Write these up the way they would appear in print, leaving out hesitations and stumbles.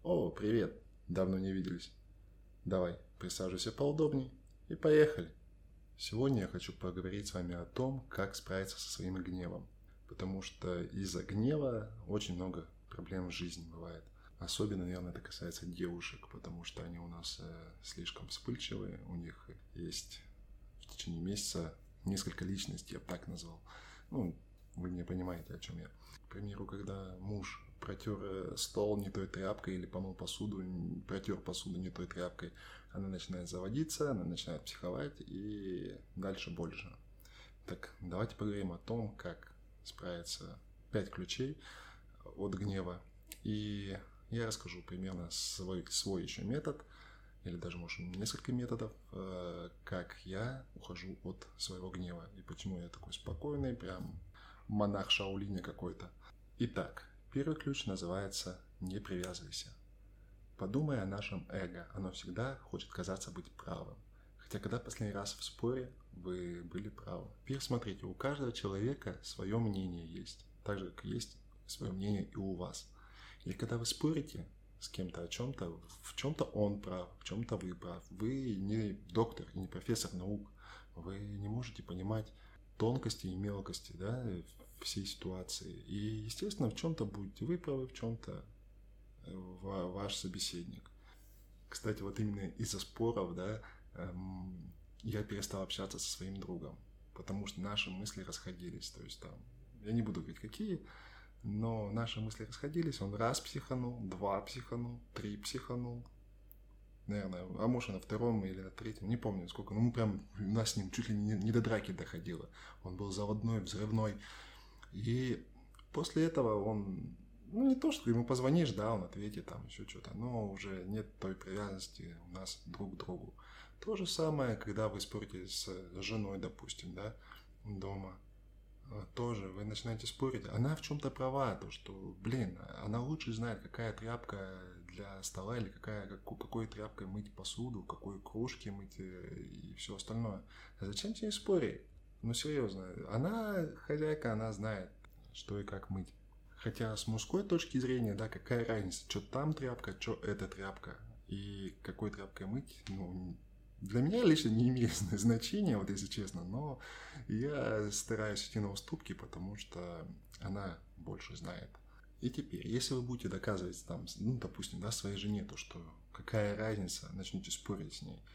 О, привет! Давно не виделись. Давай, присаживайся поудобней и поехали. Сегодня я хочу поговорить с вами о том, как справиться со своим гневом. Потому что из-за гнева очень много проблем в жизни бывает. Особенно, наверное, это касается девушек, потому что они у нас слишком вспыльчивые. У них есть в течение месяца несколько личностей, я бы так назвал. Вы меня понимаете, о чем я. К примеру, когда муж протер стол не той тряпкой или помыл посуду, протер посуду не той тряпкой, она начинает заводиться, она начинает психовать и дальше больше. Так, давайте поговорим о том, как справиться. 5 ключей от гнева. И я расскажу примерно свой еще метод, или даже, может, несколько методов, как я ухожу от своего гнева и почему я такой спокойный, прям монах Шаолиня какой-то. Итак, первый ключ называется «Не привязывайся». Подумай о нашем эго, оно всегда хочет казаться быть правым. Хотя когда последний раз в споре вы были правы. Теперь смотрите, у каждого человека свое мнение есть, так же, как есть свое мнение и у вас. И когда вы спорите с кем-то о чем-то, в чем-то он прав, в чем-то вы прав. Вы не доктор и не профессор наук, вы не можете понимать тонкости и мелкости, да, всей ситуации. И, естественно, в чем-то будете вы правы, в чем-то ваш собеседник. Кстати, вот именно из-за споров, да, я перестал общаться со своим другом, потому что наши мысли расходились. То есть там, я не буду говорить какие, но наши мысли расходились. Он раз психанул, 2 психанул, 3 психанул. Наверное, а может на 2-м или на 3-м, не помню сколько. Ну, у нас с ним чуть ли не до драки доходило. Он был заводной, взрывной. И после этого он, не то, что ему позвонишь, да, он ответит, там еще что-то, но уже нет той привязанности у нас друг к другу. То же самое, когда вы спорите с женой, допустим, да, дома. Тоже вы начинаете спорить, она в чем-то права, то что, она лучше знает, какая тряпка для стола или какой тряпкой мыть посуду, какой кружки мыть и все остальное. А зачем тебе спорить? Ну серьезно, она хозяйка, она знает, что и как мыть. Хотя с мужской точки зрения, да, какая разница, что там тряпка, что эта тряпка и какой тряпкой мыть, для меня лично не имеет значения, вот если честно, но я стараюсь идти на уступки, потому что она больше знает. И теперь, если вы будете доказывать там, допустим, да, своей жене то, что какая разница, начнете спорить с ней,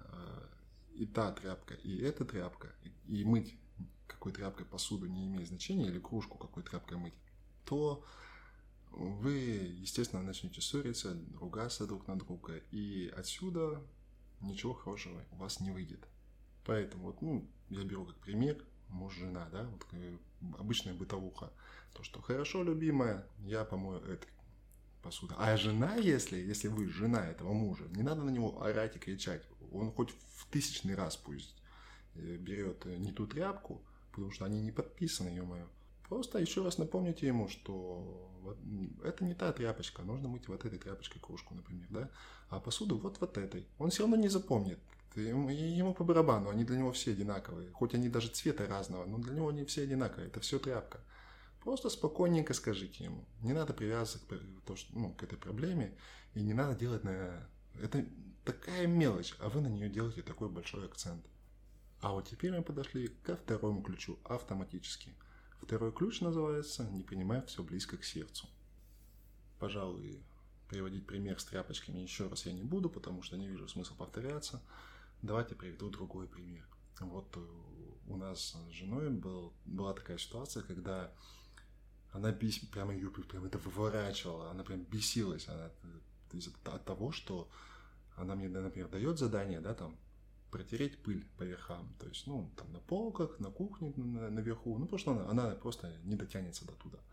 и та тряпка, и эта тряпка, и мыть какой тряпкой посуду не имеет значения, или кружку какой тряпкой мыть, то вы, естественно, начнете ссориться, ругаться друг на друга, и отсюда ничего хорошего у вас не выйдет. Поэтому, я беру как пример муж-жена, да, вот обычная бытовуха. То, что хорошо, любимая, я помою этой посуду. А жена, если вы жена этого мужа, не надо на него орать и кричать. Он хоть в 1000-й раз пусть берет не ту тряпку, потому что они не подписаны, ё-моё. Просто еще раз напомните ему, что это не та тряпочка, нужно мыть вот этой тряпочкой кружку, например, да? А посуду вот этой. Он все равно не запомнит. Ему по барабану, они для него все одинаковые. Хоть они даже цвета разного, но для него они все одинаковые. Это все тряпка. Просто спокойненько скажите ему. Не надо привязываться к этой проблеме. И не надо делать Это такая мелочь, а вы на нее делаете такой большой акцент. А вот теперь мы подошли ко второму ключу автоматически. Второй ключ называется «Не принимай все близко к сердцу». Пожалуй, приводить пример с тряпочками еще раз я не буду, потому что не вижу смысла повторяться. Давайте приведу другой пример. Вот у нас с женой была такая ситуация, когда она прямо ее прям это выворачивала, она прям бесилась от того, что она мне, например, дает задание, да, там, протереть пыль по верхам, то есть, там на полках, на кухне наверху, потому что она просто не дотянется до туда.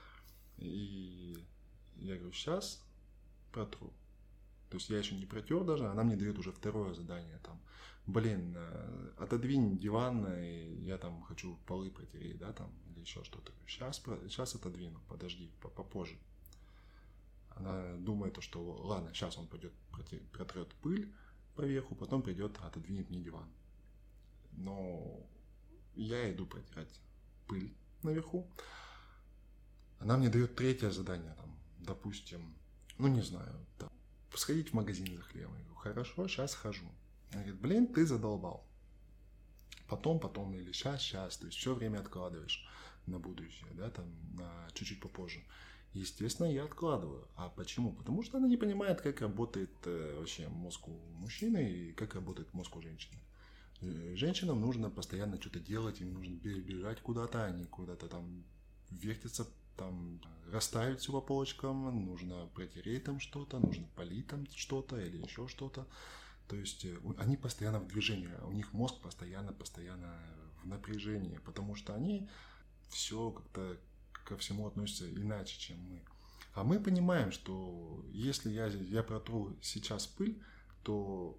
И я говорю, сейчас протру. То есть я еще не протер даже, она мне дает уже второе задание, там, отодвинь диван, и я там хочу полы протереть, да, там, или еще что-то. Сейчас отодвину, подожди, попозже. Она думает, что ладно, сейчас он пойдет протрет пыль поверху, потом придет, отодвинет мне диван. Но я иду протирать пыль наверху. Она мне дает третье задание, там, допустим, не знаю, сходить в магазин за хлебом. Я говорю, хорошо, сейчас схожу. Она говорит, блин, ты задолбал. Потом или сейчас. То есть все время откладываешь на будущее, да, там, на чуть-чуть попозже. Естественно, я откладываю. А почему? Потому что она не понимает, как работает вообще мозг у мужчины и как работает мозг у женщины. Женщинам нужно постоянно что-то делать, им нужно бежать куда-то, они куда-то там вертятся, там расставить все по полочкам, нужно протереть там что-то, нужно полить там что-то или еще что-то. То есть они постоянно в движении, у них мозг постоянно в напряжении, потому что они все как-то ко всему относятся иначе, чем мы. А мы понимаем, что если я протру сейчас пыль, то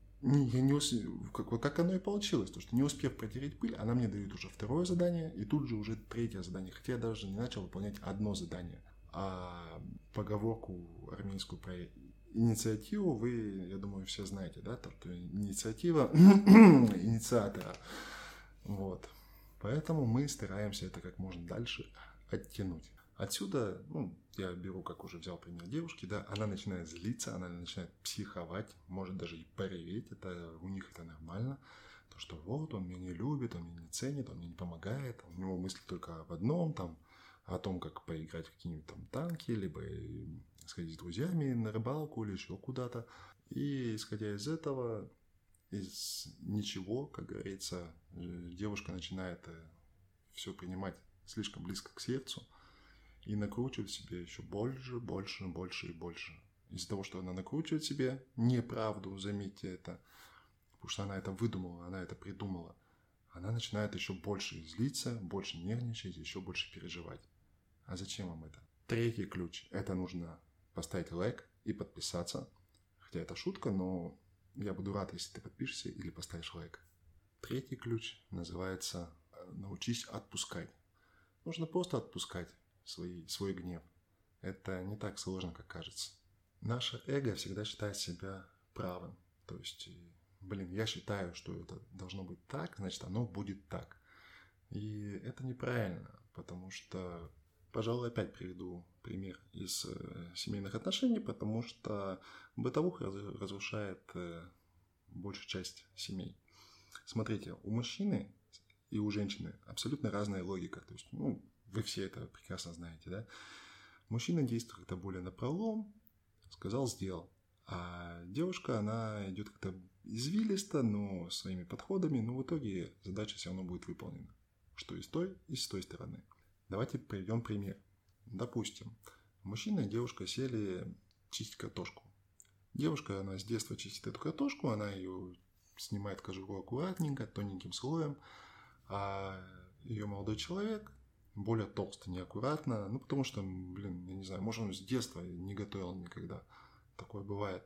как оно и получилось, то что не успев протереть пыль, она мне дает уже второе задание и тут же уже третье задание, хотя я даже не начал выполнять одно задание. А поговорку армейскую про инициативу вы, я думаю, все знаете, да, то, что инициатива инициатора. Вот. Поэтому мы стараемся это как можно дальше оттянуть. Отсюда, я беру, как уже взял пример девушки, да, она начинает злиться, она начинает психовать, может даже и пореветь, у них это нормально. То, что вот, он меня не любит, он меня не ценит, он мне не помогает, у него мысли только об одном, там, о том, как поиграть в какие-нибудь там танки, либо сходить с друзьями на рыбалку или еще куда-то. И исходя из этого, из ничего, как говорится, девушка начинает все принимать слишком близко к сердцу и накручивать себе еще больше и больше. Из-за того, что она накручивает себе неправду, заметьте это, потому что она это выдумала, она это придумала, она начинает еще больше злиться, больше нервничать, еще больше переживать. А зачем вам это? Третий ключ. Это нужно поставить лайк и подписаться. Хотя это шутка, но я буду рад, если ты подпишешься или поставишь лайк. Третий ключ называется «Научись отпускать». Нужно просто отпускать свой гнев. Это не так сложно, как кажется. Наше эго всегда считает себя правым. То есть, я считаю, что это должно быть так, значит, оно будет так. И это неправильно, потому что, пожалуй, опять приведу пример из семейных отношений, потому что бытовуха разрушает большую часть семей. Смотрите, у мужчины и у женщины абсолютно разная логика. То есть, вы все это прекрасно знаете, да? Мужчина действует как-то более напролом, сказал, сделал. А девушка, она идет как-то извилисто, но своими подходами, но в итоге задача все равно будет выполнена. Что и с той стороны. Давайте приведем пример. Допустим, мужчина и девушка сели чистить картошку. Девушка, она с детства чистит эту картошку, она ее снимает кожуру аккуратненько, тоненьким слоем, а ее молодой человек более толстый, неаккуратно, потому что, я не знаю, может, он с детства не готовил никогда, такое бывает.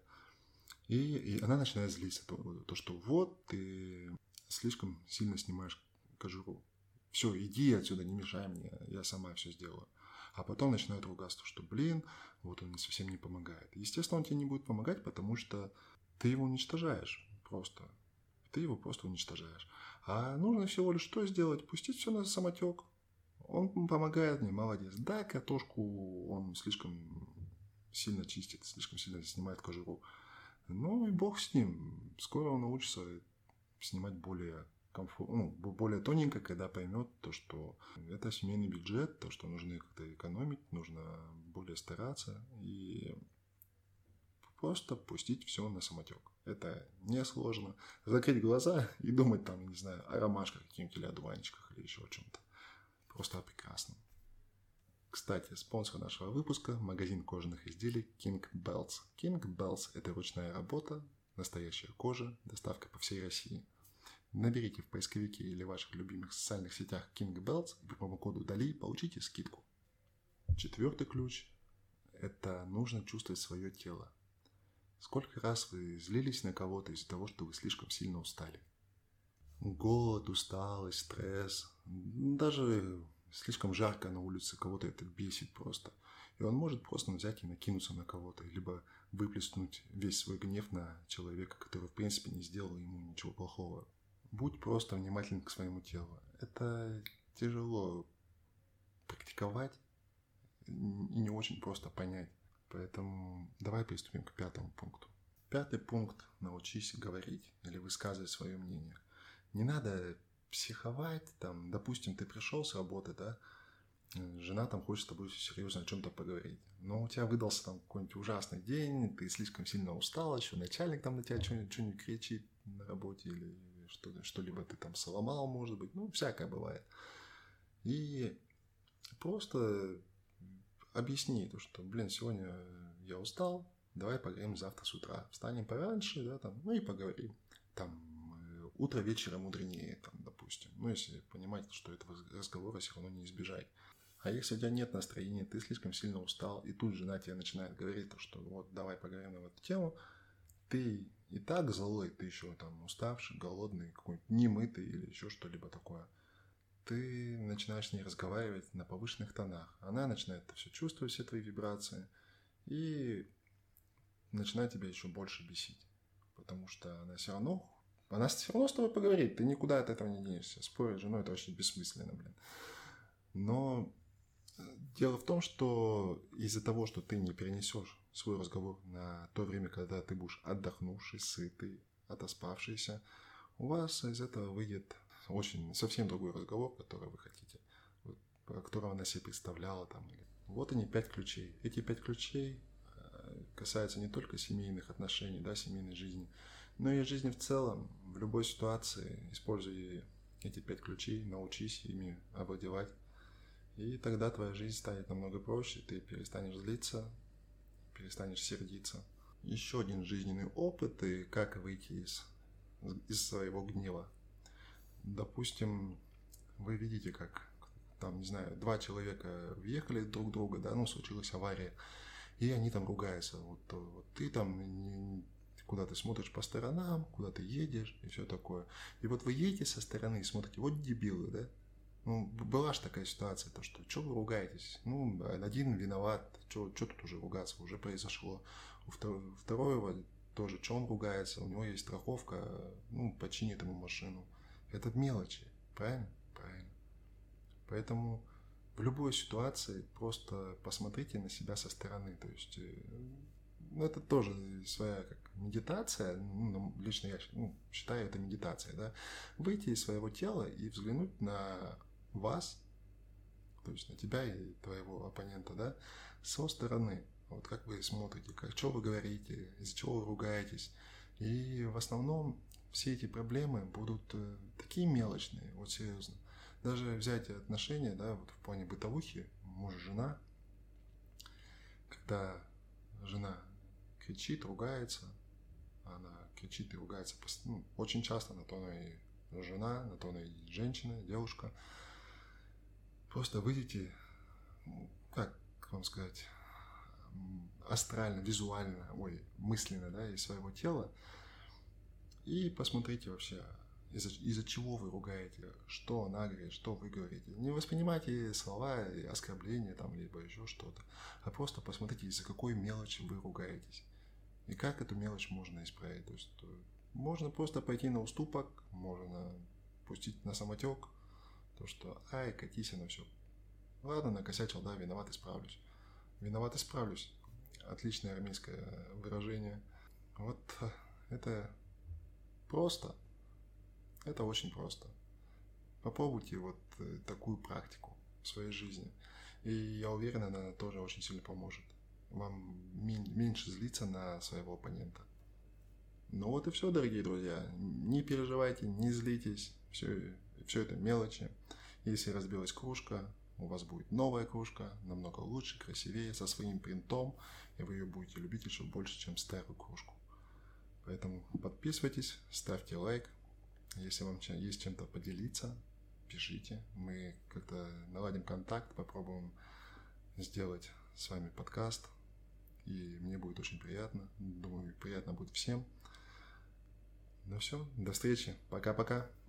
И она начинает злиться, то, что вот, ты слишком сильно снимаешь кожуру. Все, иди отсюда, не мешай мне, я сама все сделаю. А потом начинает ругаться, что, вот он мне совсем не помогает. Естественно, он тебе не будет помогать, потому что ты его уничтожаешь просто. Ты его просто уничтожаешь. А нужно всего лишь что сделать? Пустить все на самотек. Он помогает мне, молодец. Да, картошку он слишком сильно чистит, слишком сильно снимает кожуру. Ну и бог с ним. Скоро он научится снимать более комфортно, более тоненько, когда поймет то, что это семейный бюджет, то, что нужно как-то экономить, нужно более стараться и просто пустить все на самотек. Это несложно. Закрыть глаза и думать там, не знаю, о ромашках каких-нибудь или о дуванчиках или еще о чем-то. Просто о прекрасном. Кстати, спонсор нашего выпуска – магазин кожаных изделий King Belts. King Belts – это ручная работа, настоящая кожа, доставка по всей России. Наберите в поисковике или ваших любимых социальных сетях King Belts и по промокоду DALI и получите скидку. Четвертый ключ – это нужно чувствовать свое тело. Сколько раз вы злились на кого-то из-за того, что вы слишком сильно устали? Голод, усталость, стресс, даже слишком жарко на улице, кого-то это бесит просто. И он может просто взять и накинуться на кого-то, либо выплеснуть весь свой гнев на человека, который в принципе не сделал ему ничего плохого. Будь просто внимателен к своему телу. Это тяжело практиковать и не очень просто понять. Поэтому давай приступим к 5 пункту. 5 пункт. Научись говорить или высказывать свое мнение. Не надо психовать, там, допустим, ты пришел с работы, да, жена там хочет с тобой серьезно о чем-то поговорить. Но у тебя выдался там какой-нибудь ужасный день, ты слишком сильно устал, еще начальник там на тебя что-нибудь кричит на работе или что-либо ты там сломал, может быть. Ну, всякое бывает. И просто объясни, что, сегодня я устал, давай поговорим завтра с утра. Встанем пораньше, да, там, ну и поговорим. Там, утро вечера мудренее, там, допустим. Ну, если понимать, что этого разговора все равно не избежать. А если у тебя нет настроения, ты слишком сильно устал, и тут жена тебе начинает говорить, что вот давай поговорим на эту тему, ты и так злой, ты еще там уставший, голодный, какой-нибудь немытый или еще что-либо такое, ты начинаешь с ней разговаривать на повышенных тонах. Она начинает это все чувствовать, все твои вибрации, и начинает тебя еще больше бесить. Потому что она все равно с тобой поговорит, ты никуда от этого не денешься. Спорить с женой это очень бессмысленно, Но дело в том, что из-за того, что ты не перенесешь свой разговор на то время, когда ты будешь отдохнувший, сытый, отоспавшийся, у вас из этого выйдет совсем другой разговор, который вы хотите, которого она себе представляла. Вот они 5 ключей. Эти 5 ключей касаются не только семейных отношений, да, семейной жизни, но и жизни в целом. В любой ситуации используй эти 5 ключей, научись ими овладевать. И тогда твоя жизнь станет намного проще, ты перестанешь злиться, перестанешь сердиться. Еще один жизненный опыт, и как выйти из своего гнева. Допустим, вы видите, как, там, не знаю, 2 человека въехали друг в друга, да, случилась авария, и они там ругаются. Вот ты там куда ты смотришь по сторонам, куда ты едешь и все такое. И вот вы едете со стороны и смотрите, вот дебилы, да? Была же такая ситуация, что вы ругаетесь? Один виноват, что тут уже ругаться, уже произошло. У второго тоже, что он ругается, у него есть страховка, починит ему машину. Это мелочи, правильно? Правильно. Поэтому в любой ситуации просто посмотрите на себя со стороны. То есть, это тоже своя медитация, лично я считаю это медитацией, да? Выйти из своего тела и взглянуть на вас, то есть на тебя и твоего оппонента, да, со стороны. Вот как вы смотрите, что вы говорите, из-за чего вы ругаетесь. И в основном все эти проблемы будут такие мелочные, вот серьезно. Даже взять отношения, да, вот в плане бытовухи, муж и жена, когда жена кричит, ругается, она кричит и ругается очень часто, на то она и жена, на то она и женщина, девушка. Просто выйдите, как вам сказать, астрально, визуально, мысленно, да, из своего тела и посмотрите вообще, из-за чего вы ругаете, что она говорит, что вы говорите. Не воспринимайте слова и оскорбления там, либо еще что-то, а просто посмотрите, из-за какой мелочи вы ругаетесь. И как эту мелочь можно исправить. То есть можно просто пойти на уступок, можно пустить на самотек, катись оно все. Ладно, накосячил, да, виноват, исправлюсь. Виноват, исправлюсь. Отличное армейское выражение. Вот это просто. Это очень просто. Попробуйте такую практику в своей жизни. И я уверен, она тоже очень сильно поможет. Вам меньше злиться на своего оппонента. Вот и все, дорогие друзья. Не переживайте, не злитесь. Все это мелочи. Если разбилась кружка, у вас будет новая кружка, намного лучше, красивее, со своим принтом, и вы ее будете любить еще больше, чем старую кружку. Поэтому подписывайтесь, ставьте лайк. Если вам есть чем-то поделиться, пишите. Мы как-то наладим контакт, попробуем сделать с вами подкаст. И мне будет очень приятно. Думаю, приятно будет всем. Ну все, до встречи. Пока-пока.